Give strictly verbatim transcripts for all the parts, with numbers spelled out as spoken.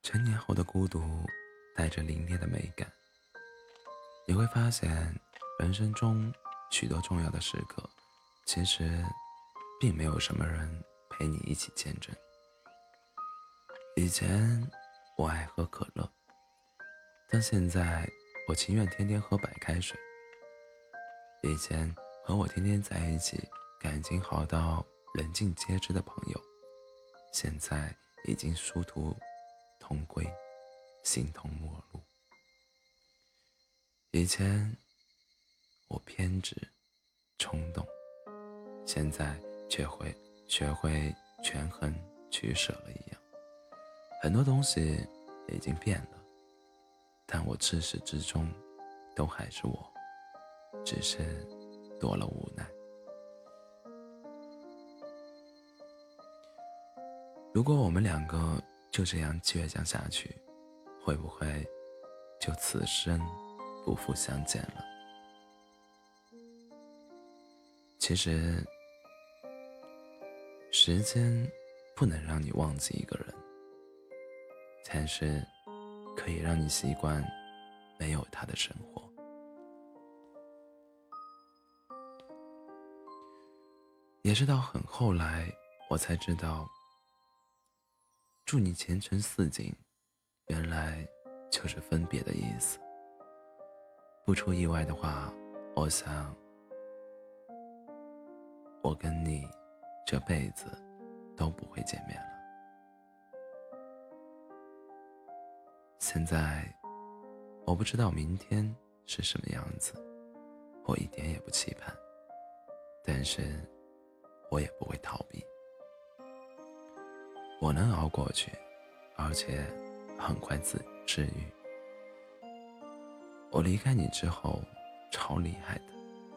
成年后的孤独带着凛冽的美感，你会发现人生中许多重要的时刻，其实并没有什么人陪你一起见证。以前我爱喝可乐，但现在我情愿天天喝白开水。以前和我天天在一起，感情好到人尽皆知的朋友，现在已经殊途同归，形同陌路。以前我偏执冲动，现在却会学会权衡取舍了一样。很多东西已经变了，但我至始至终都还是我，只是多了无奈。如果我们两个就这样倔强下去，会不会就此生不复相见了？其实，时间不能让你忘记一个人，但是可以让你习惯没有他的生活。也是到很后来，我才知道，祝你前程似锦，原来就是分别的意思。不出意外的话，我想，我跟你这辈子都不会见面了。现在，我不知道明天是什么样子，我一点也不期盼，但是我也不会逃避。我能熬过去，而且很快自治愈。我离开你之后，超厉害的，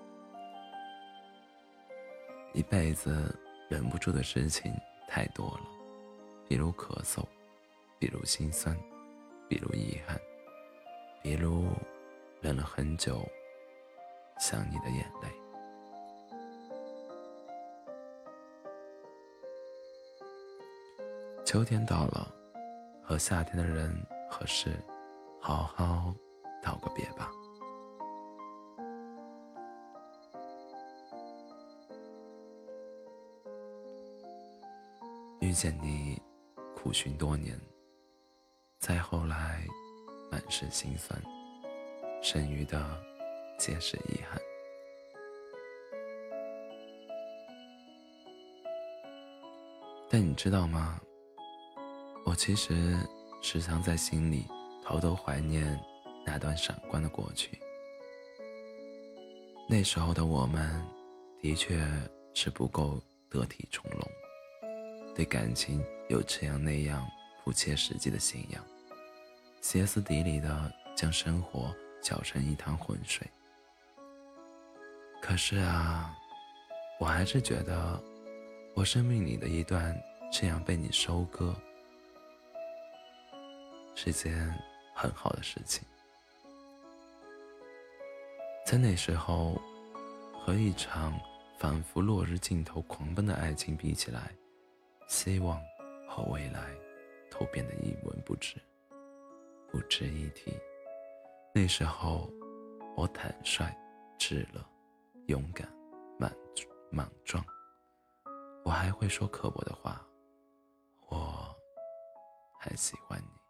一辈子忍不住的事情太多了，比如咳嗽，比如心酸，比如遗憾，比如忍了很久想你的眼泪。秋天到了，和夏天的人和事好好道个别吧。遇见你苦寻多年，再后来满是心酸，剩余的皆是遗憾。但你知道吗？我其实时常在心里偷偷怀念那段闪光的过去。那时候的我们的确是不够得体从容，对感情有这样那样不切实际的信仰，歇斯底里的将生活搅成一滩浑水。可是啊，我还是觉得我生命里的一段这样被你收割，是件很好的事情。在那时候，和一场仿佛落日尽头狂奔的爱情比起来，希望和未来都变得一文不值，不值一提。那时候，我坦率、炙热、勇敢、莽莽撞，我还会说刻薄的话，我还喜欢你。